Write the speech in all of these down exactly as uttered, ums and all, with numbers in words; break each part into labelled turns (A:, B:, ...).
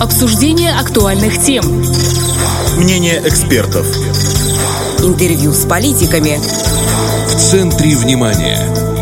A: Обсуждение актуальных тем.
B: Мнение экспертов.
C: Интервью с политиками.
D: В центре внимания.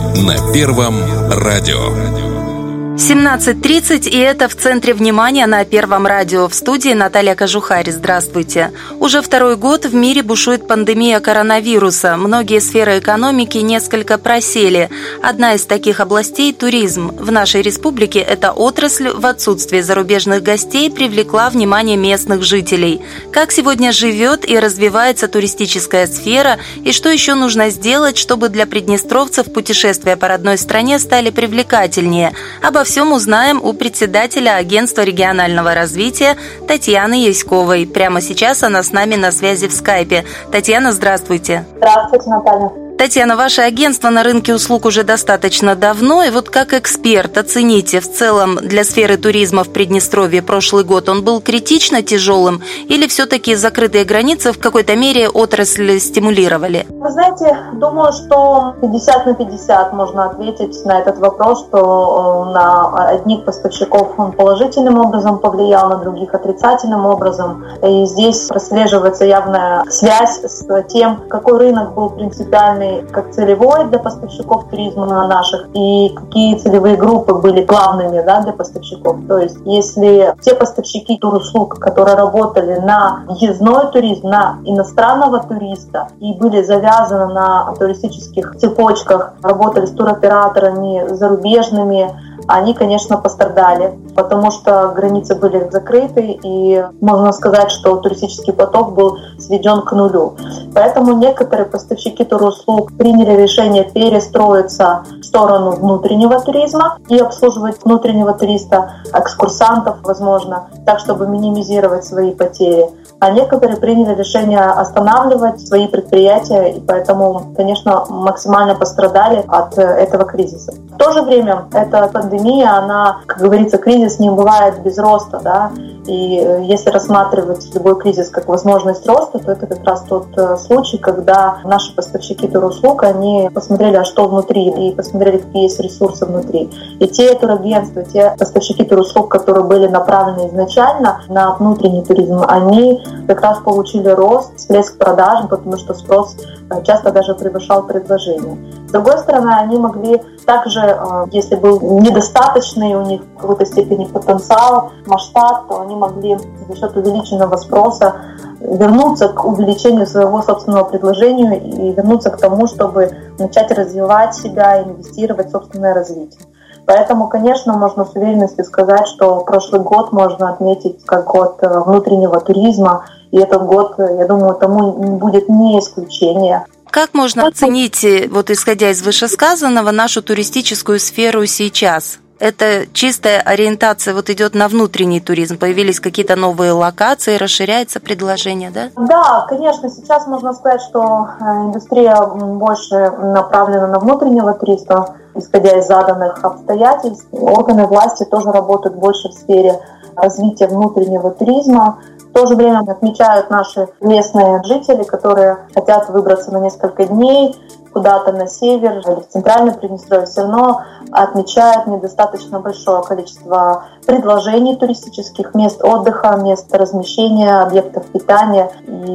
D: На Первом радио.
E: семнадцать тридцать, и это «В центре внимания» на Первом радио. В студии Наталья Кожухарь. Здравствуйте. Уже второй год в мире бушует пандемия коронавируса. Многие сферы экономики несколько просели. Одна из таких областей – туризм. В нашей республике эта отрасль в отсутствии зарубежных гостей привлекла внимание местных жителей. Как сегодня живет и развивается туристическая сфера, и что еще нужно сделать, чтобы для приднестровцев путешествия по родной стране стали привлекательнее? Обо всем узнаем у председателя Агентства регионального развития Татьяны Яськовой. Прямо сейчас она с нами на связи в скайпе. Татьяна, здравствуйте.
F: Здравствуйте, Наталья.
E: Татьяна, ваше агентство на рынке услуг уже достаточно давно, и вот как эксперт оцените в целом для сферы туризма в Приднестровье прошлый год, он был критично тяжелым или все-таки закрытые границы в какой-то мере отрасль стимулировали?
F: Вы знаете, думаю, что пятьдесят на пятьдесят можно ответить на этот вопрос, что на одних поставщиков он положительным образом повлиял, на других отрицательным образом. И здесь прослеживается явная связь с тем, какой рынок был принципиальный как целевой для поставщиков туризма наших и какие целевые группы были главными, да, для поставщиков. То есть если те поставщики туруслуг, которые работали на въездной туризм, на иностранного туриста и были завязаны на туристических цепочках, работали с туроператорами зарубежными, они, конечно, пострадали, потому что границы были закрыты, и можно сказать, что туристический поток был сведен к нулю. Поэтому некоторые поставщики туруслуг приняли решение перестроиться в сторону внутреннего туризма и обслуживать внутреннего туриста, экскурсантов, возможно, так, чтобы минимизировать свои потери. А некоторые приняли решение останавливать свои предприятия, и поэтому, конечно, максимально пострадали от этого кризиса. В то же время эта пандемия, она, как говорится, кризис не бывает без роста, да, и если рассматривать любой кризис как возможность роста, то это как раз тот случай, когда наши поставщики туруслуг, они посмотрели, а что внутри, и посмотрели, какие есть ресурсы внутри. И те турагентства, те поставщики туруслуг, которые были направлены изначально на внутренний туризм, они как раз получили рост, всплеск продаж, потому что спрос часто даже превышал предложение. С другой стороны, они могли также, если был недостаточный у них в какой-то степени потенциал, масштаб, то они могли за счет увеличенного спроса вернуться к увеличению своего собственного предложения и вернуться к тому, чтобы начать развивать себя, инвестировать в собственное развитие. Поэтому, конечно, можно с уверенностью сказать, что прошлый год можно отметить как год внутреннего туризма, и этот год, я думаю, тому будет не исключение.
E: Как можно оценить, вот исходя из вышесказанного, нашу туристическую сферу сейчас? Это чистая ориентация вот идет на внутренний туризм, появились какие-то новые локации, расширяется предложение, да?
F: Да, конечно, сейчас можно сказать, что индустрия больше направлена на внутреннего туриста, исходя из заданных обстоятельств. Органы власти тоже работают больше в сфере развития внутреннего туризма. В то же время отмечают наши местные жители, которые хотят выбраться на несколько дней куда-то на север или в центральное Приднестровье, все равно отмечают недостаточно большое количество предложений туристических, мест отдыха, мест размещения, объектов питания,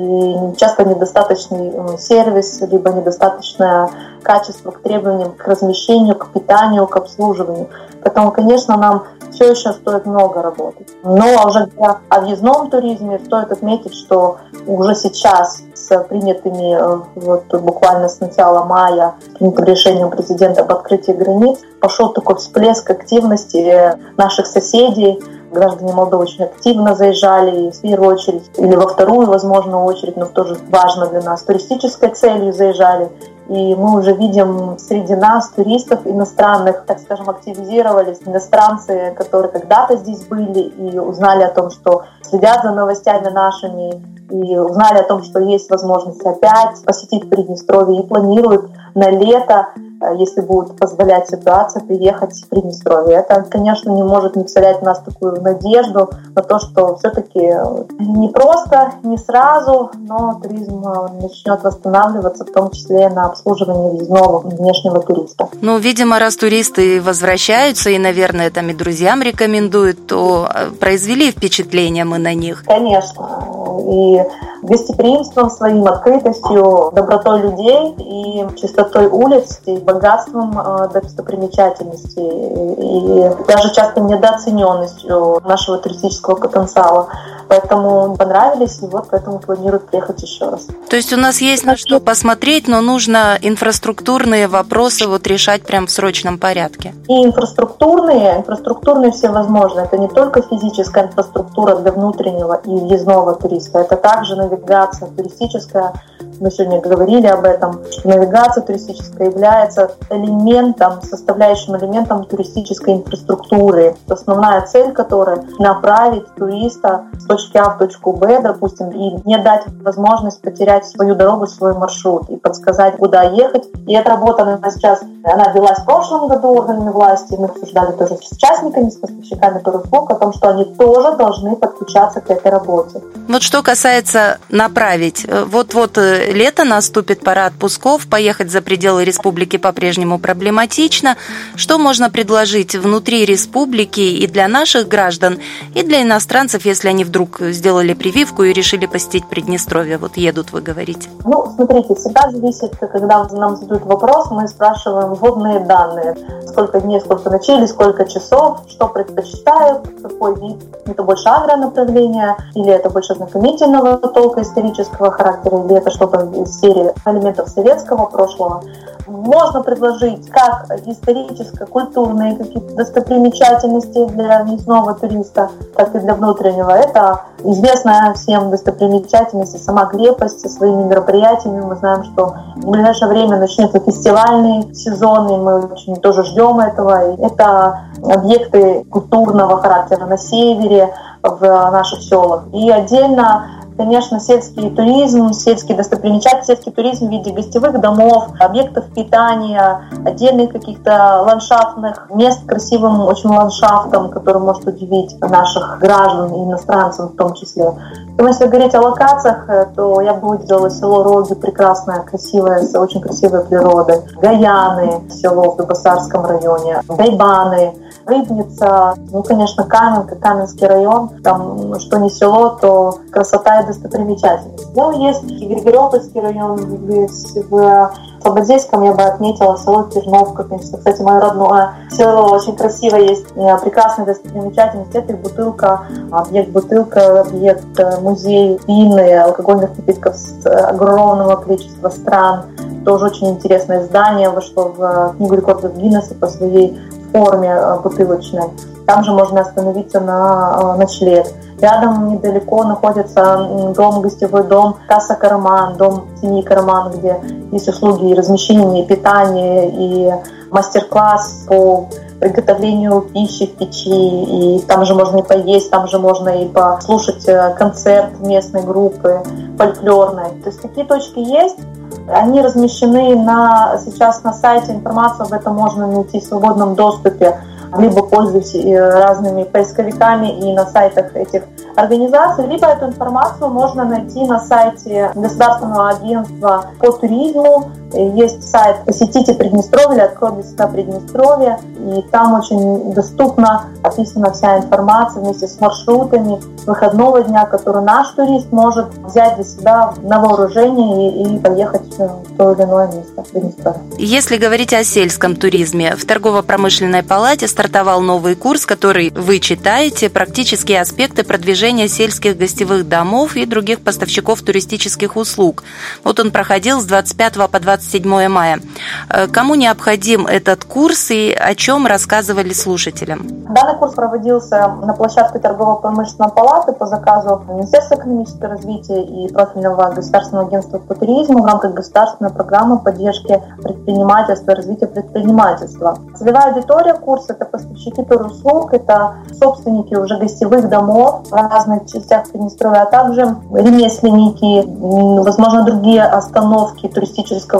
F: и часто недостаточный сервис, либо недостаточное качество к требованиям к размещению, к питанию, к обслуживанию. Поэтому, конечно, нам все еще стоит много работать. Но уже говоря о въездном туризме, стоит отметить, что уже сейчас с принятыми вот, буквально с начала мая принятым решением президента об открытии границ пошел такой всплеск активности наших соседей. Граждане Молдовы очень активно заезжали, и в первую очередь, или во вторую, возможно, очередь, но тоже важно для нас, туристической целью заезжали. И мы уже видим среди нас, туристов иностранных, так скажем, активизировались иностранцы, которые когда-то здесь были и узнали о том, что следят за новостями нашими, и узнали о том, что есть возможность опять посетить Приднестровье, и планируют на лето если будет позволять ситуация, приехать в Приднестровье. Это, конечно, не может не вселять в нас такую надежду на то, что все-таки не просто, не сразу, но туризм начнет восстанавливаться, в том числе на обслуживание въездного внешнего туриста.
E: Ну, видимо, раз туристы возвращаются и, наверное, там и друзьям рекомендуют, то произвели впечатление мы на них.
F: Конечно. И гостеприимством своим, открытостью, добротой людей и чистотой улиц, и богатством достопримечательностей, и даже часто недооцененностью нашего туристического потенциала. Поэтому понравились, и вот поэтому планируют приехать еще раз.
E: То есть у нас есть на что посмотреть, но нужно инфраструктурные вопросы вот решать прям в срочном порядке.
F: И инфраструктурные, инфраструктурные все возможны. Это не только физическая инфраструктура для внутреннего и въездного туриста, это также навигация туристическая. Мы сегодня говорили об этом, что навигация туристическая является элементом, составляющим элементом туристической инфраструктуры. Основная цель которой — направить туриста с точки А в точку Б, допустим, и не дать возможность потерять свою дорогу, свой маршрут, и подсказать, куда ехать. И эта работа она сейчас, она велась в прошлом году органами власти, мы обсуждали тоже с участниками, с поставщиками туруслуг о том, что они тоже должны подключаться к этой работе.
E: Вот что касается направить, вот-вот лето наступит, пора отпусков, поехать за пределы республики по-прежнему проблематично. Что можно предложить внутри республики и для наших граждан, и для иностранцев, если они вдруг сделали прививку и решили посетить Приднестровье? Вот едут, вы говорите.
F: Ну, смотрите, всегда зависит, когда нам задают вопрос, мы спрашиваем вводные данные. Сколько дней, сколько ночей, сколько часов, что предпочитают, какой вид. Это больше агронаправления, или это больше знакомительного толка, исторического характера, или это что-то из серии элементов советского прошлого. Можно предложить как историческо-культурные какие-то достопримечательности для въездного туриста, так и для внутреннего. Это известная всем достопримечательность, сама крепость со своими мероприятиями. Мы знаем, что в ближайшее время начнется фестивальный сезон, и мы очень тоже ждем этого. И это объекты культурного характера на севере, в наших селах. И отдельно, конечно, сельский туризм, сельский достопримечательности, сельский туризм в виде гостевых домов, объектов питания, отдельных каких-то ландшафтных мест, красивым очень ландшафтом, который может удивить наших граждан и иностранцев в том числе. Но если говорить о локациях, то я бы выделила село Роги, прекрасное, красивое, с очень красивой природой. Гаяны, село в Дубосарском районе, Дайбаны, Рыбница, ну, конечно, Каменка, Каменский район. Там, что не село, то красота и достопримечательность. Ну, есть и Григорьопольский район, в Слободейском я бы отметила село Терновка, конечно, кстати, мое родное село, очень красивое, есть прекрасная достопримечательность. Это и Бутылка, объект Бутылка, объект музей винный, алкогольных напитков с огромного количества стран. Тоже очень интересное здание, вошло в книгу рекордов Гиннесса по своей форме бутылочной. Там же можно остановиться на ночлег. Рядом недалеко находится дом, гостевой дом Касса Карман, дом семьи Карман, где есть услуги и размещения, и питания, и мастер-класс по приготовлению пищи в печи. И там же можно и поесть, там же можно и послушать концерт местной группы фольклорной. То есть такие точки есть. Они размещены на, сейчас на сайте, информацию об этом можно найти в свободном доступе, либо пользуясь разными поисковиками и на сайтах этих организаций, либо эту информацию можно найти на сайте Государственного агентства по туризму. Есть сайт «Посетите Приднестровье» или «Открой для себя Приднестровье», и там очень доступно описана вся информация вместе с маршрутами выходного дня, который наш турист может взять для себя на вооружение и, и поехать в то или иное место Приднестровья.
E: Если говорить о сельском туризме, в торгово-промышленной палате стартовал новый курс, который вы читаете, «Практические аспекты продвижения сельских гостевых домов и других поставщиков туристических услуг». Вот он проходил с двадцать пятого по двадцать седьмое мая. Кому необходим этот курс и о чем рассказывали слушателям?
F: Данный курс проводился на площадке торгово-промышленной палаты по заказу Министерства экономического развития и профильного государственного агентства по туризму в рамках государственной программы поддержки предпринимательства и развития предпринимательства. Целевая аудитория курса — это поставщики туруслуг, это собственники уже гостевых домов в разных частях Приднестровья, а также ремесленники, возможно, другие остановки туристического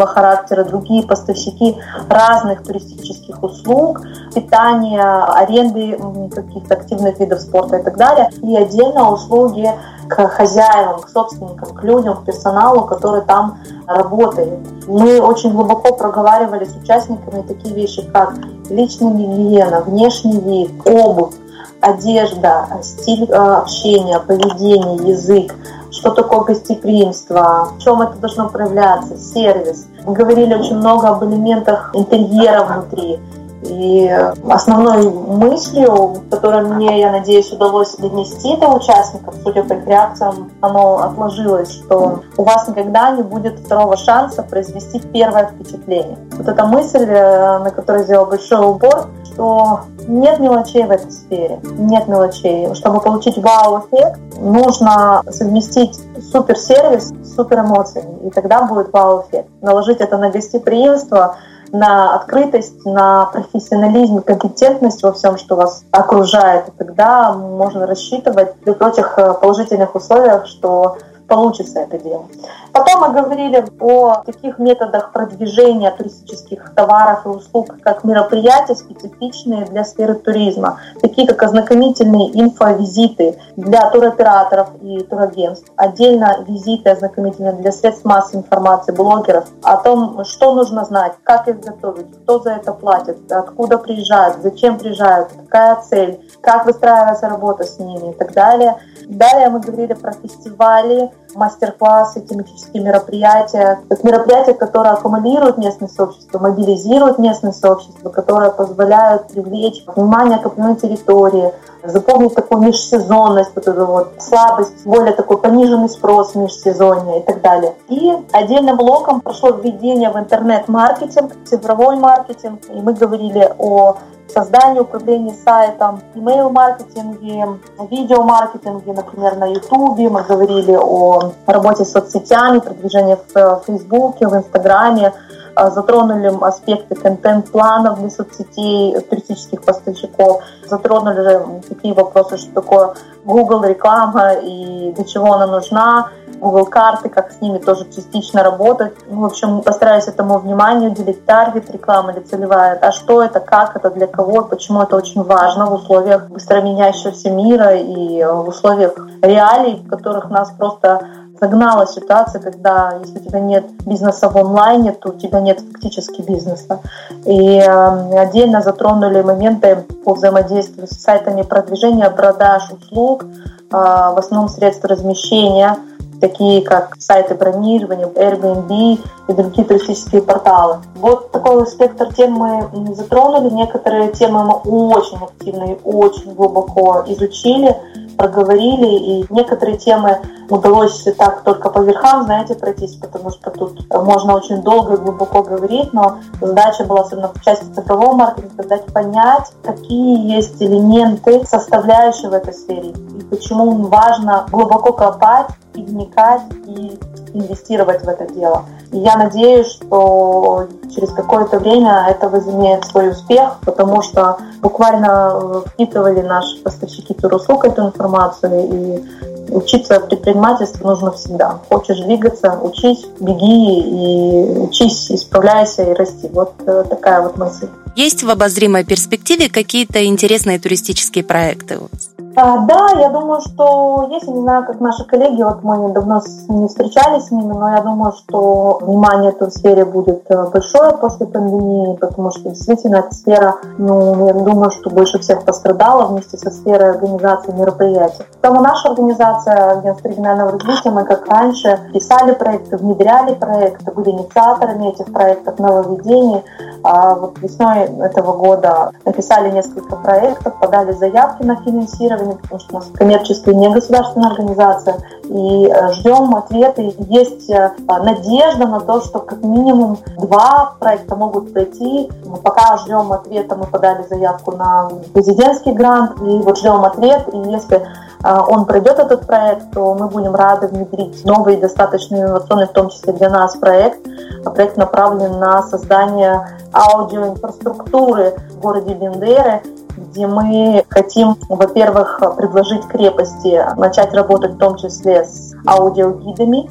F: характера, другие поставщики разных туристических услуг, питания, аренды каких-то активных видов спорта и так далее. И отдельно услуги к хозяевам, к собственникам, к людям, к персоналу, который там работает. Мы очень глубоко проговаривали с участниками такие вещи, как личная гигиена, внешний вид, обувь, одежда, стиль общения, поведение, язык, что такое гостеприимство, в чем это должно проявляться, сервис. Мы говорили очень много об элементах интерьера внутри. И основной мыслью, которую мне, я надеюсь, удалось донести до участников, судя по их реакциям, оно отложилось, что у вас никогда не будет второго шанса произвести первое впечатление. Вот эта мысль, на которой сделал большой упор, что нет мелочей в этой сфере, нет мелочей. Чтобы получить вау-эффект, нужно совместить суперсервис с суперэмоциями, и тогда будет вау-эффект. Наложить это на гостеприимство, на открытость, на профессионализм, компетентность во всем, что вас окружает. И тогда можно рассчитывать при прочих положительных условиях, что получится это дело. Потом мы говорили о таких методах продвижения туристических товаров и услуг, как мероприятия, специфичные для сферы туризма, такие как ознакомительные инфовизиты для туроператоров и турагентств, отдельно визиты ознакомительные для средств массовой информации, блогеров, о том, что нужно знать, как их готовить, кто за это платит, откуда приезжают, зачем приезжают, какая цель, как выстраивается работа с ними и так далее. Далее мы говорили про фестивали, мастер-классы, тематические мероприятия. Это мероприятия, которые аккумулируют местное сообщество, мобилизируют местное сообщество, которые позволяют привлечь внимание к определенной территории, запомнить такую межсезонность, вот эту вот слабость, более такой пониженный спрос в межсезонье и так далее. И отдельным блоком прошло введение в интернет-маркетинг, цифровой маркетинг, и мы говорили о создании, управлении сайтом, имейл-маркетинге, видеомаркетинге, например, на Ютубе. Мы говорили о работе с соцсетями, продвижении в Фейсбуке, в Инстаграме. Затронули аспекты контент-планов для соцсетей, туристических поставщиков. Затронули такие вопросы, что такое Google реклама и для чего она нужна. Google карты, как с ними тоже частично работать. В общем, постараюсь этому внимание уделить. Таргет реклама или целевая. А что это, как это, для кого, почему это очень важно в условиях быстро меняющегося мира и в условиях реалий, в которых нас просто загнала ситуация, когда если у тебя нет бизнеса в онлайне, то у тебя нет фактически бизнеса. И э, отдельно затронули моменты по взаимодействию с сайтами продвижения, продаж, услуг, э, в основном средства размещения, такие как сайты бронирования, Airbnb и другие туристические порталы. Вот такой спектр тем мы затронули. Некоторые темы мы очень активно и очень глубоко изучили, проговорили, и некоторые темы удалось так только по верхам, знаете, пройтись, потому что тут можно очень долго и глубоко говорить, но задача была, особенно в части цифрового маркетинга, дать понять, какие есть элементы, составляющие в этой сфере, и почему важно глубоко копать и вникать, и инвестировать в это дело. И я надеюсь, что через какое-то время это возымеет свой успех, потому что буквально впитывали наши поставщики туруслуг эту информацию, и учиться предпринимательству нужно всегда. Хочешь двигаться, учись, беги, и учись, исправляйся и расти. Вот такая вот мысль.
E: Есть в обозримой перспективе какие-то интересные туристические проекты у вас?
F: А, да, я думаю, что есть, я не знаю, как наши коллеги, вот мы давно не встречались с ними, но я думаю, что внимание в этой сфере будет большое после пандемии, потому что действительно эта сфера, ну, я думаю, что больше всех пострадала вместе со сферой организации мероприятий. Поэтому наша организация, Агентство регионального развития, мы как раньше писали проекты, внедряли проекты, были инициаторами этих проектов, нововведений. А вот весной этого года написали несколько проектов, подали заявки на финансирование, потому что у нас коммерческая не государственная организация, и ждем ответы. Есть надежда на то, что как минимум два проекта могут пройти. Мы пока ждем ответа, мы подали заявку на президентский грант, и вот ждем ответ, и если он пройдет, этот проект, то мы будем рады внедрить новый, достаточно инновационный, в том числе для нас, проект. Проект направлен на создание аудиоинфраструктуры в городе Бендеры, где мы хотим, во-первых, предложить крепости начать работать в том числе с аудиогидами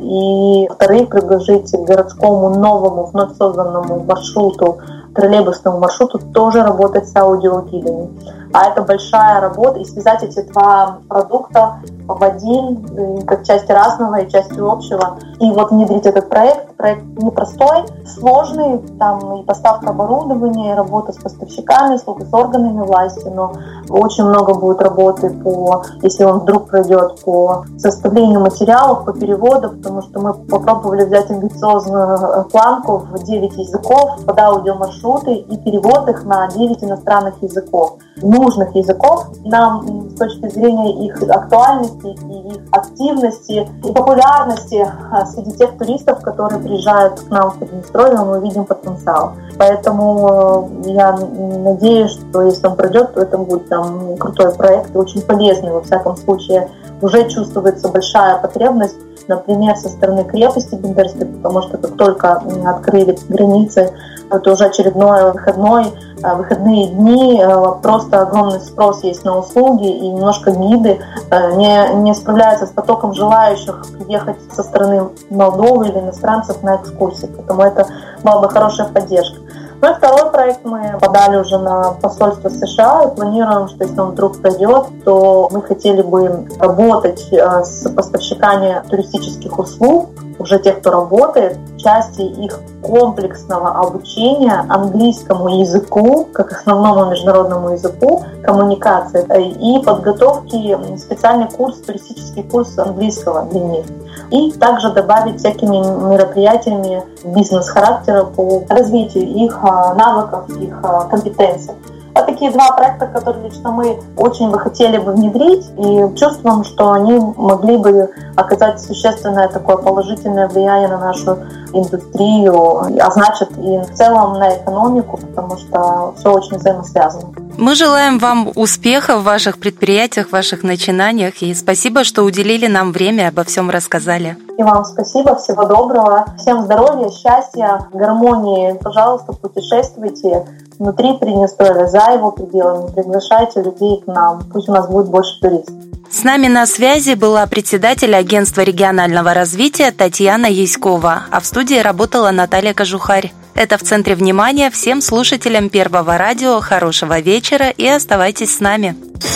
F: И, во-вторых, предложить городскому новому, вновь созданному маршруту, троллейбусному маршруту тоже работать с аудиогидами. А это большая работа, и связать эти два продукта в один, как часть разного и часть общего. И вот внедрить этот проект. Проект непростой, сложный, там и поставка оборудования, и работа с поставщиками, с органами власти, но очень много будет работы по, если он вдруг пройдет, по составлению материалов, по переводу, потому что мы попробовали взять амбициозную планку в девять языков под аудиомаршруты и перевод их на девять иностранных языков. Нужных языков нам с точки зрения их актуальности и их активности и популярности среди тех туристов, которые приезжают к нам в Приднестровье, мы видим потенциал. Поэтому я надеюсь, что если он пройдет, то это будет там крутой проект и очень полезный. Во всяком случае, уже чувствуется большая потребность, например, со стороны крепости Бендерской, потому что как только открыли границы, это уже очередной выходной, выходные дни, просто огромный спрос есть на услуги, и немножко гиды не, не справляются с потоком желающих приехать со стороны Молдовы или иностранцев на экскурсии, поэтому это была бы хорошая поддержка. Ну и второй проект мы подали уже на посольство США и планируем, что если он вдруг пройдет, то мы хотели бы работать с поставщиками туристических услуг, уже тех, кто работает, в части их комплексного обучения английскому языку, как основному международному языку, коммуникации и подготовки, специальный курс, туристический курс английского для них. И также добавить всякими мероприятиями бизнес-характера по развитию их навыков, их компетенций. Это такие два проекта, которые лично мы очень бы хотели бы внедрить, и чувствуем, что они могли бы оказать существенное такое положительное влияние на нашу индустрию, а значит и в целом на экономику, потому что все очень взаимосвязано.
E: Мы желаем вам успеха в ваших предприятиях, в ваших начинаниях, и спасибо, что уделили нам время, обо всем рассказали.
F: И вам спасибо, всего доброго, всем здоровья, счастья, гармонии. Пожалуйста, путешествуйте внутри Приднестровья, за его пределами, приглашайте людей к нам, пусть у нас будет больше туристов.
E: С нами на связи была председатель агентства регионального развития Татьяна Яськова, а в студии работала Наталья Кожухарь. Это «В центре внимания». Всем слушателям Первого радио хорошего вечера и оставайтесь с нами.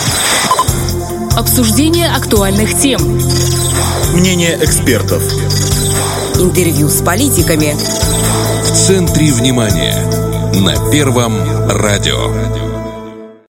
A: Обсуждение актуальных тем.
B: Мнение экспертов.
C: Интервью с политиками.
D: В центре внимания. На Первом радио.